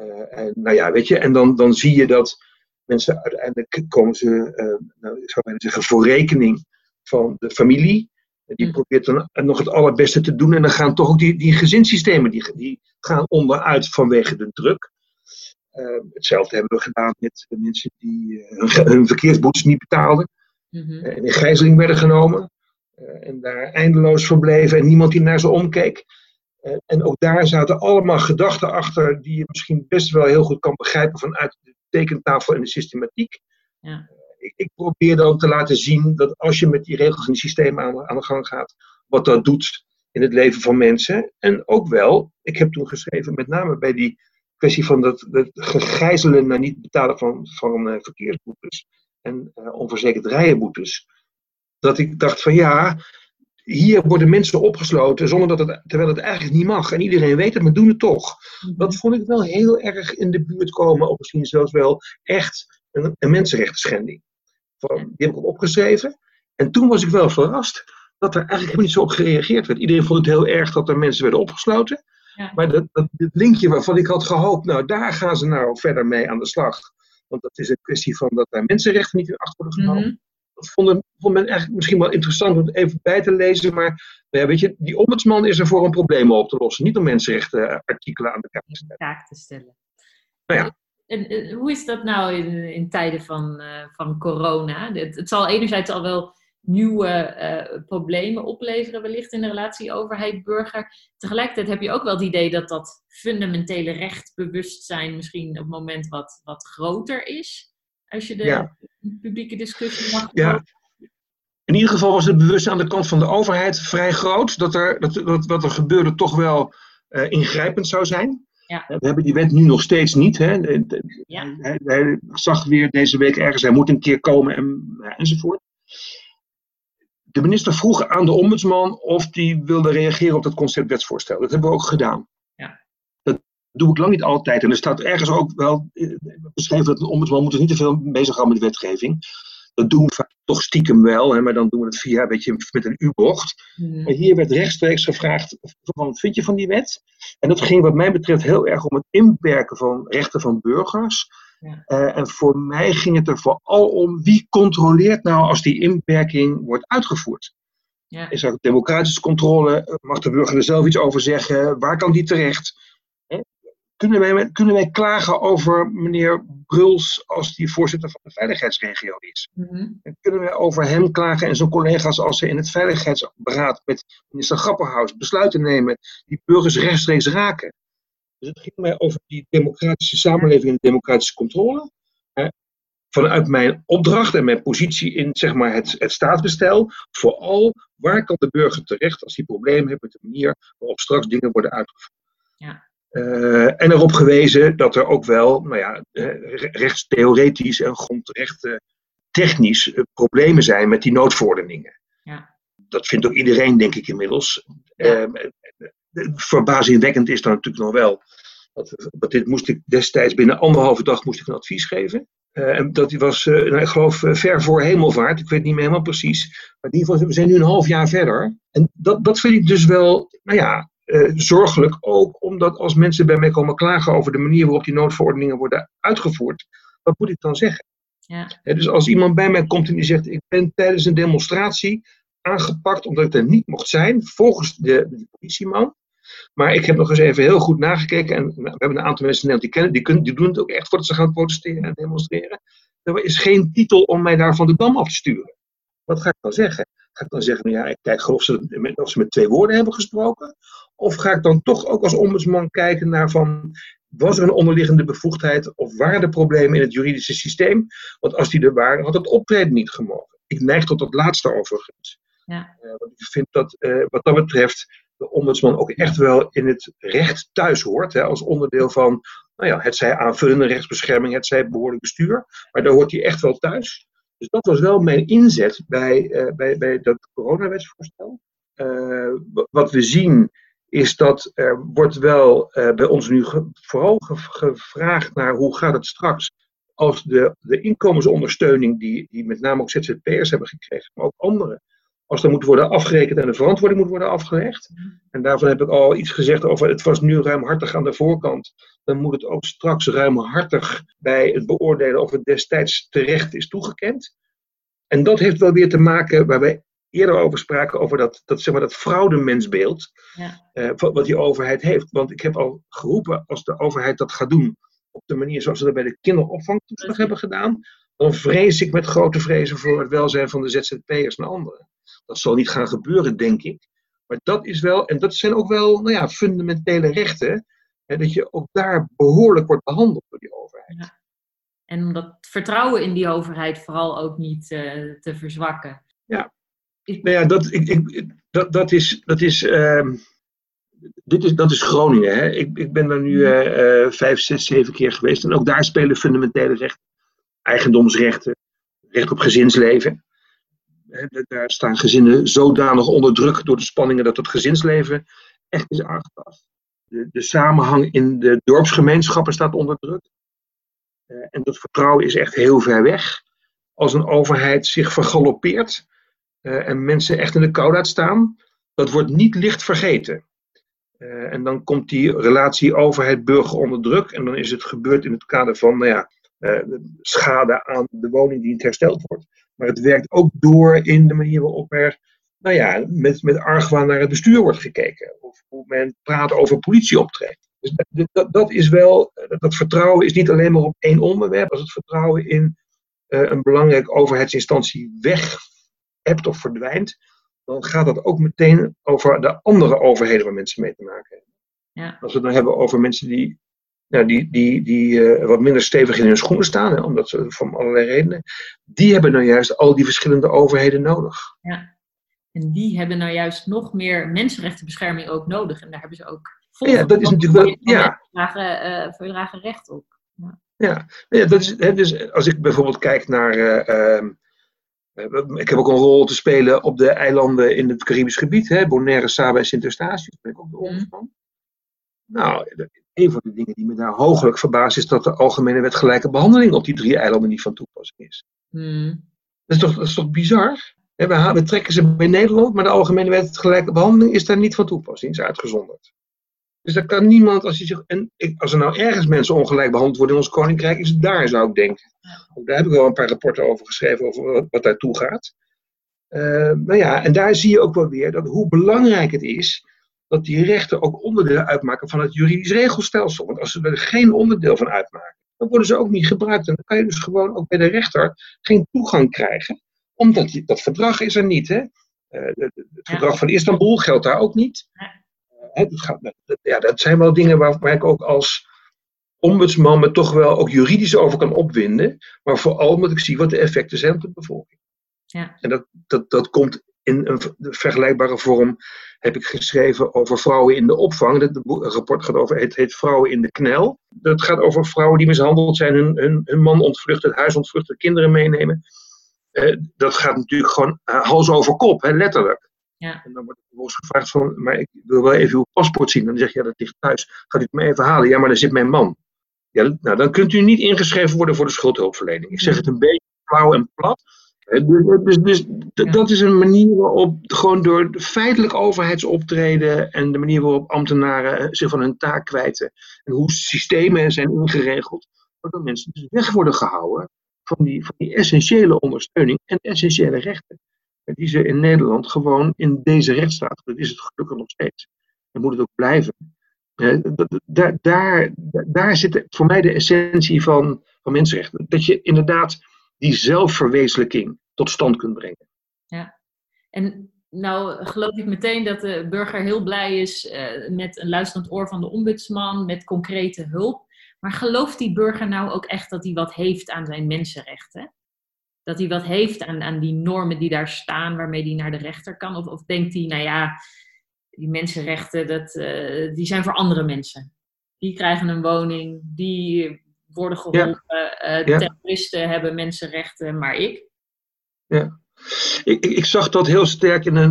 Weet je, en dan zie je dat mensen uiteindelijk komen ze, ik zou bijna zeggen, voor rekening van de familie. Die probeert dan nog het allerbeste te doen en dan gaan toch ook die gezinssystemen, die gaan onderuit vanwege de druk. Hetzelfde hebben we gedaan met de mensen die hun verkeersboetes niet betaalden. En in gijzeling werden genomen. En daar eindeloos verbleven en niemand die naar ze omkeek. En ook daar zaten allemaal gedachten achter die je misschien best wel heel goed kan begrijpen vanuit de tekentafel en de systematiek. Ja. Ik probeer dan te laten zien dat als je met die regels en die systemen aan de gang gaat, wat dat doet in het leven van mensen. En ook wel, ik heb toen geschreven, met name bij die kwestie van dat gegijzelen naar niet betalen van verkeersboetes en onverzekerd rijdenboetes. Dat ik dacht van hier worden mensen opgesloten terwijl het eigenlijk niet mag. En iedereen weet het, maar doen het toch. Dat vond ik wel heel erg in de buurt komen, of misschien zelfs wel echt een mensenrechtenschending. Die heb ik ook opgeschreven. En toen was ik wel verrast dat er eigenlijk niet zo op gereageerd werd. Iedereen vond het heel erg dat er mensen werden opgesloten. Ja. Maar dat linkje waarvan ik had gehoopt, daar gaan ze nou verder mee aan de slag. Want dat is een kwestie van dat daar mensenrechten niet in acht worden genomen. Dat vond men eigenlijk misschien wel interessant om het even bij te lezen. Maar weet je, die ombudsman is er voor om problemen op te lossen. Niet om mensenrechtenartikelen aan de kaak te stellen. Nou ja. En hoe is dat nou in tijden van corona? Het zal enerzijds al wel nieuwe problemen opleveren wellicht in de relatie overheid-burger. Tegelijkertijd heb je ook wel het idee dat fundamentele rechtbewustzijn misschien op het moment wat groter is. Als je de publieke discussie mag ja. In ieder geval was het bewustzijn aan de kant van de overheid vrij groot. Dat wat er gebeurde toch wel ingrijpend zou zijn. Ja. We hebben die wet nu nog steeds niet. Hè. Hij zag weer deze week ergens, hij moet een keer komen enzovoort. De minister vroeg aan de ombudsman of die wilde reageren op dat conceptwetsvoorstel. Dat hebben we ook gedaan. Ja. Dat doe ik lang niet altijd. En er staat ergens ook wel beschreven dat een ombudsman moet zich niet te veel bezighouden met wetgeving. Dat doen we vaak toch stiekem wel, hè, maar dan doen we het via een beetje met een U-bocht. Maar hier werd rechtstreeks gevraagd, wat vind je van die wet? En dat ging wat mij betreft heel erg om het inperken van rechten van burgers. Ja. En voor mij ging het er vooral om wie controleert nou als die inperking wordt uitgevoerd. Ja. Is er democratische controle? Mag de burger er zelf iets over zeggen? Waar kan die terecht? Kunnen wij klagen over meneer Bruls als die voorzitter van de veiligheidsregio is? En kunnen wij over hem klagen en zijn collega's als ze in het veiligheidsberaad met minister Grapperhaus besluiten nemen die burgers rechtstreeks raken? Dus het ging mij over die democratische samenleving en de democratische controle. Vanuit mijn opdracht en mijn positie in zeg maar, het staatsbestel. Vooral, waar kan de burger terecht als hij problemen heeft met de manier waarop straks dingen worden uitgevoerd. Ja. En erop gewezen dat er ook wel rechtstheoretisch en grondrechten technisch problemen zijn met die noodverordeningen. Ja. Dat vindt ook iedereen, denk ik inmiddels. Ja. Verbazingwekkend is dan natuurlijk nog wel. Want dit moest ik destijds binnen 1,5 dag moest ik een advies geven. En dat was, ik geloof, ver voor hemelvaart. Ik weet niet meer helemaal precies. Maar in ieder geval, we zijn nu een half jaar verder. En dat vind ik dus wel, zorgelijk ook. Omdat als mensen bij mij komen klagen over de manier waarop die noodverordeningen worden uitgevoerd. Wat moet ik dan zeggen? Ja. Dus als iemand bij mij komt en die zegt, ik ben tijdens een demonstratie aangepakt omdat ik er niet mocht zijn, volgens de politieman. Maar ik heb nog eens even heel goed nagekeken. En we hebben een aantal mensen in Nederland die doen het ook echt voordat ze gaan protesteren en demonstreren. Er is geen titel om mij daar van de dam af te sturen. Wat ga ik dan zeggen? Ga ik dan zeggen, ik kijk of ze met 2 woorden hebben gesproken? Of ga ik dan toch ook als ombudsman kijken naar van, was er een onderliggende bevoegdheid of waren er problemen in het juridische systeem? Want als die er waren, had het optreden niet gemogen. Ik neig tot dat laatste overigens. Ja. Want ik vind dat wat dat betreft de ombudsman ook echt wel in het recht thuis hoort. Als onderdeel van, het zij aanvullende rechtsbescherming, het zij behoorlijk bestuur. Maar daar hoort hij echt wel thuis. Dus dat was wel mijn inzet bij dat coronawetsvoorstel. Wat we zien is dat er wordt wel bij ons nu vooral gevraagd naar hoe gaat het straks als de inkomensondersteuning die met name ook ZZP'ers hebben gekregen, maar ook anderen. Als er moet worden afgerekend en de verantwoording moet worden afgelegd. En daarvan heb ik al iets gezegd over, het was nu ruimhartig aan de voorkant. Dan moet het ook straks ruimhartig bij het beoordelen of het destijds terecht is toegekend. En dat heeft wel weer te maken, waar wij eerder over spraken, over dat fraudemensbeeld. Ja. Wat die overheid heeft. Want ik heb al geroepen, als de overheid dat gaat doen op de manier zoals ze dat bij de kinderopvangtoeslag hebben gedaan, dan vrees ik met grote vrezen voor het welzijn van de ZZP'ers en anderen. Dat zal niet gaan gebeuren, denk ik. Maar dat is wel, en dat zijn ook wel fundamentele rechten, dat je ook daar behoorlijk wordt behandeld door die overheid. Ja. En om dat vertrouwen in die overheid vooral ook niet te verzwakken. Ja, dat is Groningen. Hè. Ik ben daar nu 5, 6, 7 keer geweest. En ook daar spelen fundamentele rechten. Eigendomsrechten, recht op gezinsleven. Daar staan gezinnen zodanig onder druk door de spanningen dat het gezinsleven echt is aangetast. De samenhang in de dorpsgemeenschappen staat onder druk. En dat vertrouwen is echt heel ver weg. Als een overheid zich vergaloppeert en mensen echt in de kou laat staan, dat wordt niet licht vergeten. En dan komt die relatie overheid-burger onder druk. En dan is het gebeurd in het kader van schade aan de woning die niet hersteld wordt. Maar het werkt ook door in de manier waarop er met argwaan naar het bestuur wordt gekeken. Of hoe men praat over politieoptreden. Dus dat is wel, dat vertrouwen is niet alleen maar op één onderwerp. Als het vertrouwen in een belangrijke overheidsinstantie weg hebt of verdwijnt, dan gaat dat ook meteen over de andere overheden waar mensen mee te maken hebben. Ja. Als we het dan hebben over mensen die wat minder stevig in hun schoenen staan, omdat ze van allerlei redenen, die hebben nou juist al die verschillende overheden nodig. Ja, en die hebben nou juist nog meer mensenrechtenbescherming ook nodig. En daar hebben ze ook dat is natuurlijk wel, dragen recht op. Ja, dat is, dus als ik bijvoorbeeld kijk naar Ik heb ook een rol te spelen op de eilanden in het Caribisch gebied. Hè? Bonaire, Saba en Sint-Eustatius. Daar ben ik ook de ombudsman. Nou, een van de dingen die me daar hooglijk verbaast is dat de Algemene Wet Gelijke Behandeling op die 3 eilanden niet van toepassing is. Dat is toch bizar? We trekken ze bij Nederland, maar de Algemene Wet Gelijke Behandeling is daar niet van toepassing, is uitgezonderd. Dus daar kan niemand, als er nou ergens mensen ongelijk behandeld worden in ons koninkrijk, is het daar, zou ik denken. Ook daar heb ik wel een paar rapporten over geschreven, over wat daartoe gaat. Nou ja, en daar zie je ook wel weer dat hoe belangrijk het is dat die rechten ook onderdeel uitmaken van het juridisch regelstelsel. Want als ze er geen onderdeel van uitmaken, dan worden ze ook niet gebruikt. En dan kan je dus gewoon ook bij de rechter geen toegang krijgen, omdat dat verdrag is er niet. Hè? Het verdrag van Istanbul geldt daar ook niet. Dat zijn wel dingen waar ik ook als ombudsman me toch wel ook juridisch over kan opwinden. Maar vooral omdat ik zie wat de effecten zijn op de bevolking. Ja. En dat komt in een vergelijkbare vorm, heb ik geschreven over vrouwen in de opvang. Het rapport gaat over, het heet Vrouwen in de Knel. Dat gaat over vrouwen die mishandeld zijn, hun man ontvluchten, het huis ontvluchten, kinderen meenemen. Dat gaat natuurlijk gewoon hals over kop, hè, letterlijk. Ja. En dan wordt er vervolgens gevraagd van, maar ik wil wel even uw paspoort zien. Dan zeg je, ja, dat ligt thuis. Gaat u het me even halen? Ja, maar daar zit mijn man. Ja, nou, dan kunt u niet ingeschreven worden voor de schuldhulpverlening. Ik zeg het een beetje flauw en plat. Dus dat is een manier waarop, gewoon door feitelijk overheidsoptreden en de manier waarop ambtenaren zich van hun taak kwijten en hoe systemen zijn ingeregeld, waardoor mensen dus weg worden gehouden van die essentiële ondersteuning en essentiële rechten. Die ze in Nederland gewoon in deze rechtsstaat, dat is het gelukkig nog steeds, en moet het ook blijven. Daar zit voor mij de essentie van mensenrechten. Dat je inderdaad die zelfverwezenlijking tot stand kunt brengen. Ja, en nou geloof ik meteen dat de burger heel blij is met een luisterend oor van de ombudsman, met concrete hulp. Maar gelooft die burger nou ook echt dat hij wat heeft aan zijn mensenrechten? Dat hij wat heeft aan die normen die daar staan, waarmee hij naar de rechter kan? Of denkt hij, nou ja, die mensenrechten, die zijn voor andere mensen. Die krijgen een woning, die worden geholpen. Terroristen hebben mensenrechten, maar ik? Ja. Ik zag dat heel sterk in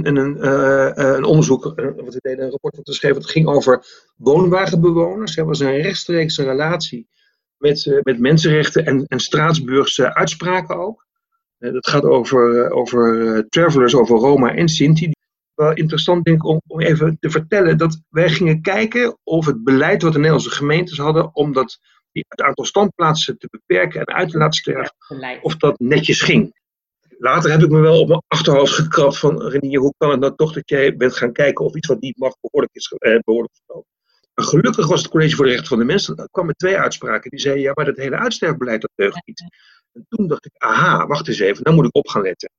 een onderzoek, wat we deden, een rapport wat we schreven. Het ging over woonwagenbewoners. Er was een rechtstreekse relatie met mensenrechten en Straatsburgse uitspraken ook. Dat gaat over travelers, over Roma en Sinti. Wel interessant denk ik om even te vertellen dat wij gingen kijken of het beleid wat de Nederlandse gemeentes hadden om het aantal standplaatsen te beperken en uit te laten sterven, of dat netjes ging. Later heb ik me wel op mijn achterhoofd gekrapt van, Renier, hoe kan het nou toch dat jij bent gaan kijken of iets wat niet mag behoorlijk is verlopen. Maar gelukkig was het College voor de Rechten van de Mens, er kwam met 2 uitspraken. Die zeiden, ja, maar dat hele uitsterfbeleid, dat deugt niet. En toen dacht ik, aha, wacht eens even, nou moet ik op gaan letten.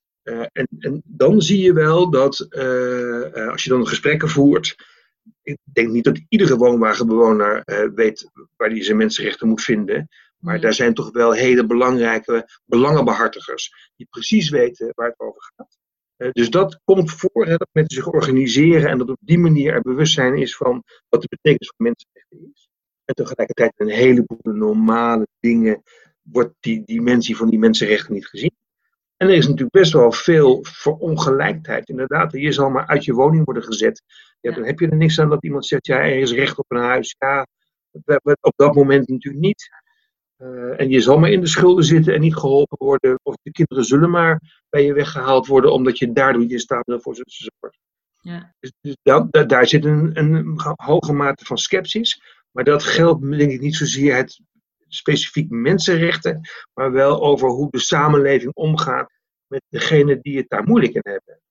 En dan zie je wel dat, als je dan gesprekken voert, ik denk niet dat iedere woonwagenbewoner weet waar hij zijn mensenrechten moet vinden. Maar daar zijn toch wel hele belangrijke belangenbehartigers die precies weten waar het over gaat. Dus dat komt voor, dat mensen zich organiseren en dat op die manier er bewustzijn is van wat de betekenis van mensenrechten is. En tegelijkertijd in een heleboel normale dingen wordt die dimensie van die mensenrechten niet gezien. En er is natuurlijk best wel veel verongelijkheid. Inderdaad, je zal maar uit je woning worden gezet. Ja, dan heb je er niks aan dat iemand zegt, ja, er is recht op een huis. Ja, op dat moment natuurlijk niet. En je zal maar in de schulden zitten en niet geholpen worden. Of de kinderen zullen maar bij je weggehaald worden, omdat je daardoor niet in staat bent voor ze te zorgen. Ja. Dus daar zit een hoge mate van sceptisch. Maar dat geldt denk ik niet zozeer het specifiek mensenrechten, maar wel over hoe de samenleving omgaat met degenen die het daar moeilijk in hebben.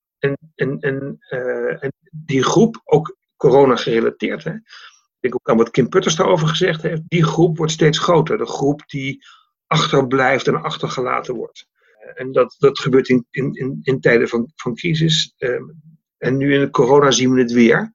En die groep, ook corona gerelateerd, hè, ik denk ook aan wat Kim Putters daarover gezegd heeft, die groep wordt steeds groter. De groep die achterblijft en achtergelaten wordt. En dat gebeurt in tijden van crisis. En nu in de corona zien we het weer.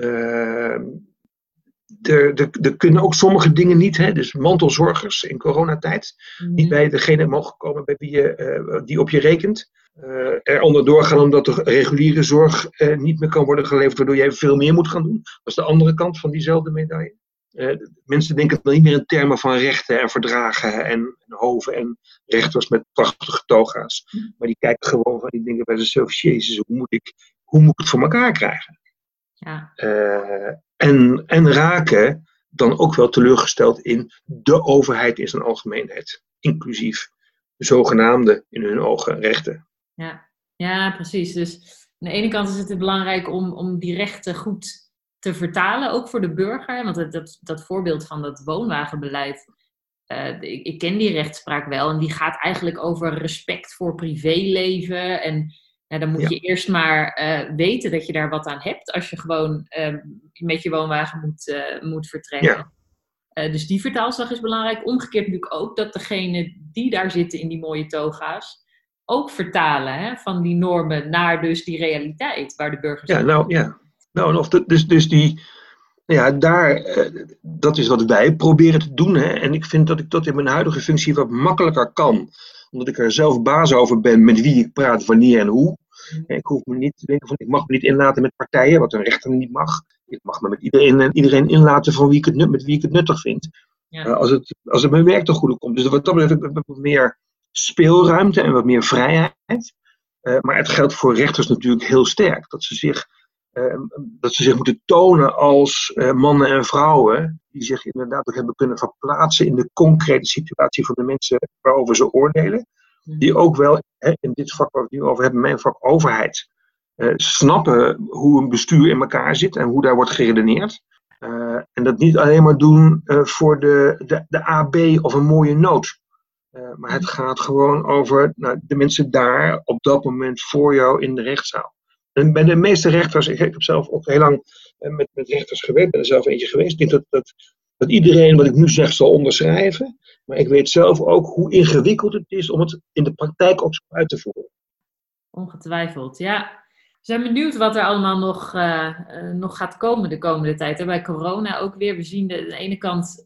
Er kunnen ook sommige dingen niet, hè, dus mantelzorgers in coronatijd, niet bij degene mogen komen bij wie die op je rekent. Er onderdoor gaan omdat de reguliere zorg niet meer kan worden geleverd, waardoor jij veel meer moet gaan doen. Dat is de andere kant van diezelfde medaille. Mensen denken dan niet meer in termen van rechten en verdragen en hoven en rechters met prachtige toga's. Maar die kijken gewoon van, die denken bij zichzelf, jezus, hoe moet ik het voor elkaar krijgen? Ja. En raken dan ook wel teleurgesteld in de overheid in zijn algemeenheid. Inclusief de zogenaamde, in hun ogen, rechten. Ja, precies. Dus aan de ene kant is het belangrijk om die rechten goed te vertalen, ook voor de burger. Want dat voorbeeld van dat woonwagenbeleid, ik ken die rechtspraak wel. En die gaat eigenlijk over respect voor privéleven. En dan moet je eerst maar weten dat je daar wat aan hebt als je gewoon met je woonwagen moet vertrekken. Dus die vertaalslag is belangrijk. Omgekeerd natuurlijk ook dat degenen die daar zitten in die mooie toga's ook vertalen van die normen naar dus die realiteit waar de burgers dat is wat wij proberen te doen. Hè. En ik vind dat ik dat in mijn huidige functie wat makkelijker kan. Omdat ik er zelf baas over ben met wie ik praat, wanneer en hoe. Ik hoef me niet te denken van, ik mag me niet inlaten met partijen, wat een rechter niet mag. Ik mag me met iedereen inlaten van met wie ik het nuttig vind. Ja. Als het mijn werk ten goede komt. Dus wat dat betreft heb ik wat meer speelruimte en wat meer vrijheid. Maar het geldt voor rechters natuurlijk heel sterk. Dat ze zich moeten tonen als mannen en vrouwen die zich inderdaad ook hebben kunnen verplaatsen in de concrete situatie van de mensen waarover ze oordelen. Die ook wel, in dit vak waar we het nu over hebben, mijn vak overheid, snappen hoe een bestuur in elkaar zit en hoe daar wordt geredeneerd. En dat niet alleen maar doen voor de AB of een mooie noot. Maar het gaat gewoon over de mensen daar op dat moment voor jou in de rechtszaal. En bij de meeste rechters, ik heb zelf ook heel lang met rechters gewerkt, ben er zelf eentje geweest. Ik denk dat iedereen wat ik nu zeg zal onderschrijven. Maar ik weet zelf ook hoe ingewikkeld het is om het in de praktijk ook zo uit te voeren. Ongetwijfeld, ja. We zijn benieuwd wat er allemaal nog gaat komen de komende tijd. En bij corona ook weer. We zien aan de ene kant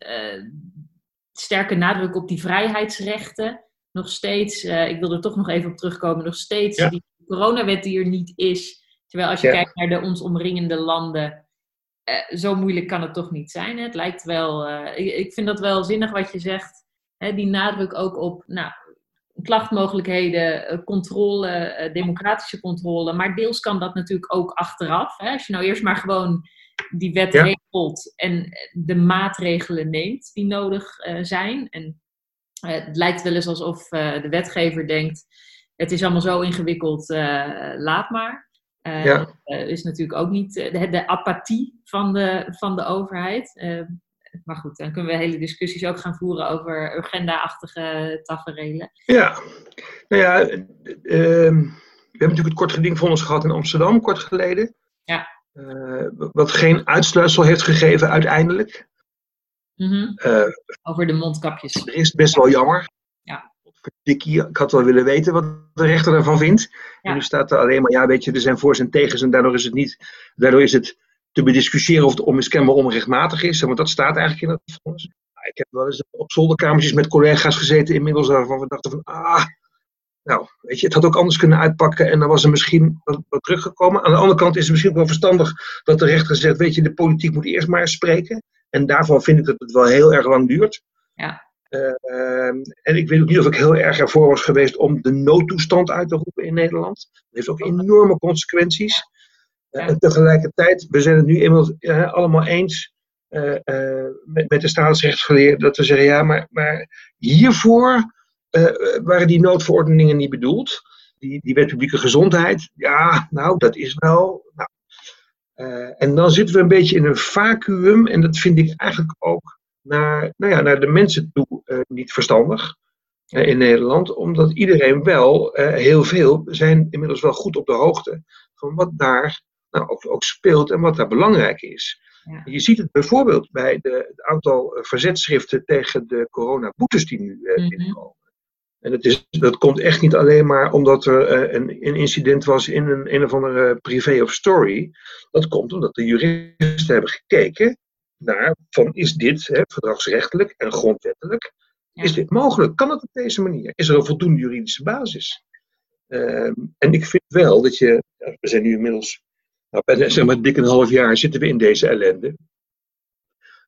sterke nadruk op die vrijheidsrechten. Nog steeds, ik wil er toch nog even op terugkomen, nog steeds die coronawet die er niet is. Terwijl als je kijkt naar de ons omringende landen, zo moeilijk kan het toch niet zijn. Hè? Het lijkt wel, ik vind dat wel zinnig wat je zegt. Hè? Die nadruk ook op klachtmogelijkheden, controle, democratische controle. Maar deels kan dat natuurlijk ook achteraf. Hè? Als je nou eerst maar gewoon die wet regelt en de maatregelen neemt die nodig zijn. En het lijkt wel eens alsof de wetgever denkt, het is allemaal zo ingewikkeld, laat maar. Dat is natuurlijk ook niet de apathie van de overheid. Maar goed, dan kunnen we hele discussies ook gaan voeren over agenda-achtige taferelen. Ja, nou ja, we hebben natuurlijk het kort gedingvonnis gehad in Amsterdam, kort geleden. Ja. Wat geen uitsluitsel heeft gegeven uiteindelijk. Mm-hmm. Over de mondkapjes. Dat is best wel jammer. Ja. Ik had wel willen weten wat de rechter daarvan vindt. Ja. En nu staat er alleen maar, weet je, er zijn voor's en tegens en daardoor is het te bediscussiëren of het onmiskenbaar onrechtmatig is. Want dat staat eigenlijk in het vonnis. Ik heb wel eens op zolderkamertjes met collega's gezeten inmiddels waarvan we dachten van, weet je, het had ook anders kunnen uitpakken en dan was er misschien wat teruggekomen. Aan de andere kant is het misschien wel verstandig dat de rechter zegt, weet je, de politiek moet eerst maar eens spreken. En daarvan vind ik dat het wel heel erg lang duurt. Ja. En ik weet ook niet of ik heel erg ervoor was geweest om de noodtoestand uit te roepen in Nederland. Dat heeft ook enorme consequenties. En tegelijkertijd, we zijn het nu inmiddels allemaal eens met de staatsrechtsgeleerden dat we zeggen, maar hiervoor waren die noodverordeningen niet bedoeld. Die wet publieke gezondheid, dat is wel. En dan zitten we een beetje in een vacuüm en dat vind ik eigenlijk ook naar de mensen toe niet verstandig in Nederland, omdat iedereen wel, heel veel, zijn inmiddels wel goed op de hoogte van wat daar ook speelt en wat daar belangrijk is. Ja. Je ziet het bijvoorbeeld bij het aantal verzetschriften tegen de coronaboetes die nu binnenkomen. En dat komt echt niet alleen maar omdat er een incident was in een of andere privé of story. Dat komt omdat de juristen hebben gekeken naar van is dit verdragsrechtelijk en grondwettelijk. Ja. Is dit mogelijk? Kan het op deze manier? Is er een voldoende juridische basis? En ik vind wel dat we zijn nu inmiddels, bijna dik een half jaar zitten we in deze ellende.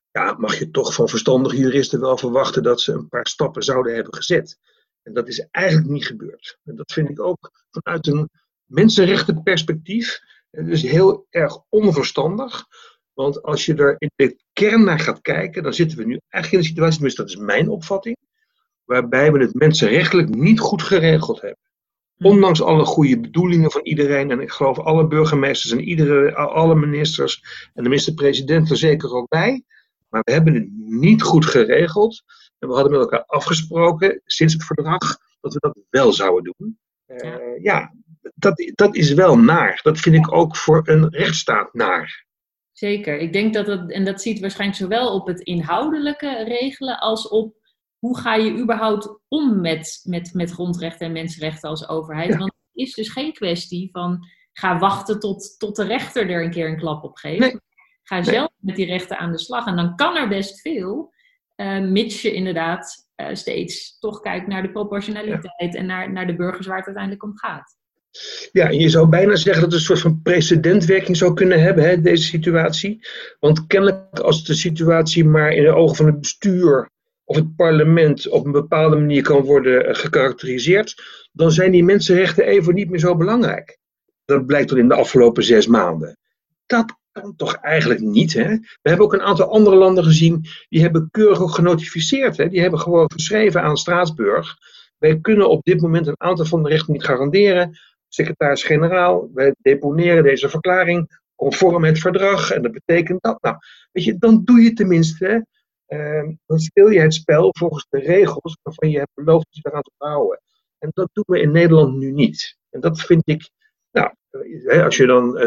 ja, mag je toch van verstandige juristen wel verwachten dat ze een paar stappen zouden hebben gezet. En dat is eigenlijk niet gebeurd. En dat vind ik ook vanuit een mensenrechtenperspectief dus heel erg onverstandig. Want als je er in de kern naar gaat kijken, dan zitten we nu eigenlijk in een situatie, tenminste dat is mijn opvatting, waarbij we het mensenrechtelijk niet goed geregeld hebben. Ondanks alle goede bedoelingen van iedereen, en ik geloof alle burgemeesters en alle ministers en de minister-president er zeker ook bij, maar we hebben het niet goed geregeld. En we hadden met elkaar afgesproken, sinds het verdrag, dat we dat wel zouden doen. Ja, dat is wel naar. Dat vind ik ook voor een rechtsstaat naar. Zeker. Ik denk en dat ziet waarschijnlijk zowel op het inhoudelijke regelen als op hoe ga je überhaupt om met grondrechten en mensenrechten als overheid. Ja. Want het is dus geen kwestie van ga wachten tot de rechter er een keer een klap op geeft. Nee. Ga zelf met die rechten aan de slag. En dan kan er best veel, mits je inderdaad steeds toch kijkt naar de proportionaliteit en naar de burgers waar het uiteindelijk om gaat. Ja, en je zou bijna zeggen dat het een soort van precedentwerking zou kunnen hebben, hè, deze situatie. Want kennelijk als de situatie maar in de ogen van het bestuur of het parlement op een bepaalde manier kan worden gekarakteriseerd, dan zijn die mensenrechten even niet meer zo belangrijk. Dat blijkt dan in de afgelopen 6 maanden. Dat kan toch eigenlijk niet, hè? We hebben ook een aantal andere landen gezien, die hebben keurig ook genotificeerd, hè? Die hebben gewoon geschreven aan Straatsburg, wij kunnen op dit moment een aantal van de rechten niet garanderen. Secretaris-generaal, wij deponeren deze verklaring conform het verdrag en dat betekent dat. Nou, weet je, dan doe je tenminste, dan speel je het spel volgens de regels waarvan je hebt beloofd je eraan te houden. En dat doen we in Nederland nu niet. En dat vind ik, nou, als je dan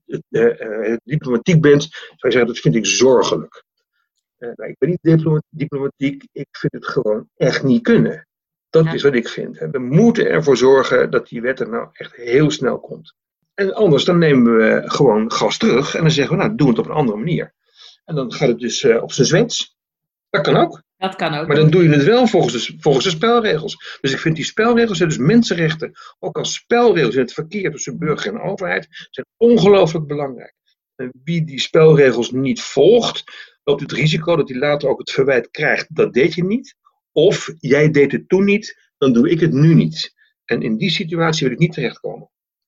diplomatiek bent, zou je zeggen, dat vind ik zorgelijk. Nou, ik ben niet diplomatiek, ik vind het gewoon echt niet kunnen. Dat is wat ik vind. We moeten ervoor zorgen dat die wet er nou echt heel snel komt. En anders dan nemen we gewoon gas terug en dan zeggen we, nou, doen we het op een andere manier. En dan gaat het dus op zijn Zweeds. Dat kan ook. Dat kan ook. Maar dan doe je het wel volgens de spelregels. Dus ik vind die spelregels, dus mensenrechten, ook als spelregels in het verkeer tussen burger en overheid, zijn ongelooflijk belangrijk. En wie die spelregels niet volgt, loopt het risico dat hij later ook het verwijt krijgt, dat deed je niet. Of jij deed het toen niet, dan doe ik het nu niet. En in die situatie wil ik niet terechtkomen.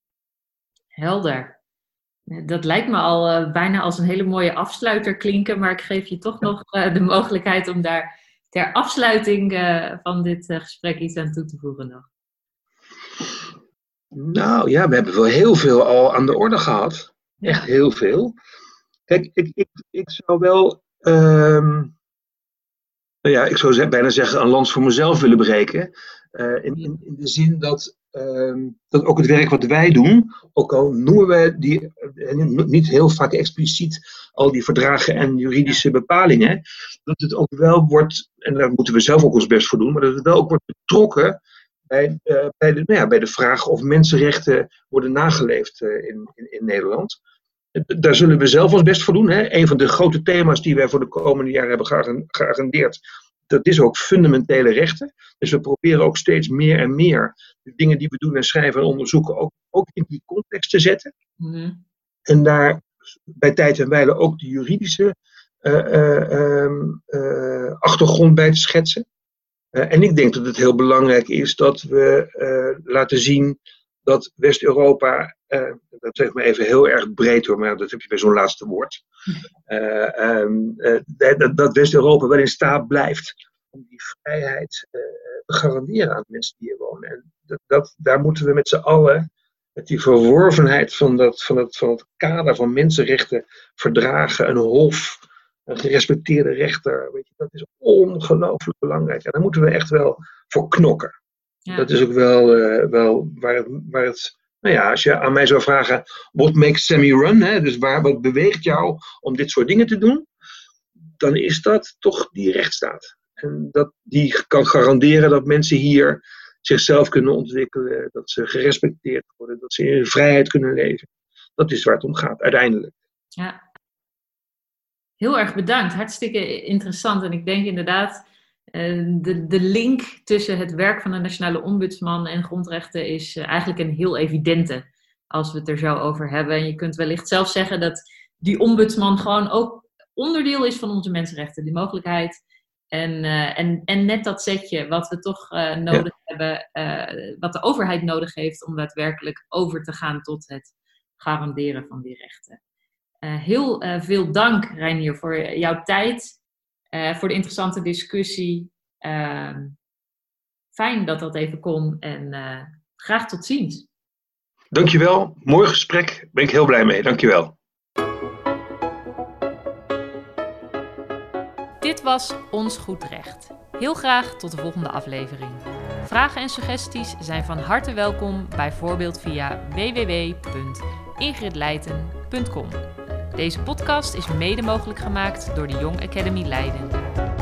Helder. Dat lijkt me al bijna als een hele mooie afsluiter klinken, maar ik geef je toch nog de mogelijkheid om daar ter afsluiting van dit gesprek iets aan toe te voegen nog. Nou ja, we hebben wel heel veel al aan de orde gehad. Ja. Echt heel veel. Kijk, ik zou wel, ik zou bijna zeggen een lans voor mezelf willen breken. In de zin dat ook het werk wat wij doen, ook al noemen we die niet heel vaak expliciet al die verdragen en juridische bepalingen, dat het ook wel wordt, en daar moeten we zelf ook ons best voor doen, maar dat het wel ook wordt betrokken bij de vraag of mensenrechten worden nageleefd in Nederland. Daar zullen we zelf ons best voor doen. Hè? Een van de grote thema's die wij voor de komende jaren hebben geagendeerd, dat is ook fundamentele rechten. Dus we proberen ook steeds meer en meer de dingen die we doen en schrijven en onderzoeken ook in die context te zetten. Mm-hmm. En daar bij tijd en wijle ook de juridische achtergrond bij te schetsen. En ik denk dat het heel belangrijk is dat we laten zien dat West-Europa, dat zeg ik maar even heel erg breed hoor, maar dat heb je bij zo'n laatste woord, dat West-Europa wel in staat blijft om die vrijheid te garanderen aan de mensen die hier wonen. En daar moeten we met z'n allen, met die verworvenheid van het kader van mensenrechten, verdragen, een hof, een gerespecteerde rechter, weet je, dat is ongelooflijk belangrijk. En daar moeten we echt wel voor knokken. Ja. Dat is ook wel waar het nou ja, als je aan mij zou vragen, what makes Sammy run? Hè? Dus wat beweegt jou om dit soort dingen te doen? Dan is dat toch die rechtsstaat. En die kan garanderen dat mensen hier zichzelf kunnen ontwikkelen, dat ze gerespecteerd worden, dat ze in vrijheid kunnen leven. Dat is waar het om gaat, uiteindelijk. Ja. Heel erg bedankt. Hartstikke interessant. En ik denk inderdaad, de link tussen het werk van de Nationale Ombudsman en grondrechten is eigenlijk een heel evidente, als we het er zo over hebben. En je kunt wellicht zelf zeggen dat die ombudsman gewoon ook onderdeel is van onze mensenrechten, die mogelijkheid. En net dat setje wat we toch nodig hebben, wat de overheid nodig heeft om daadwerkelijk over te gaan tot het garanderen van die rechten. Heel veel dank, Reinier, voor jouw tijd, voor de interessante discussie. Fijn dat dat even kon en graag tot ziens. Dankjewel, mooi gesprek, ben ik heel blij mee, dankjewel. Dit was Ons Goed Recht. Heel graag tot de volgende aflevering. Vragen en suggesties zijn van harte welkom, bijvoorbeeld via www.ingridleijten.com. Deze podcast is mede mogelijk gemaakt door de Young Academy Leiden.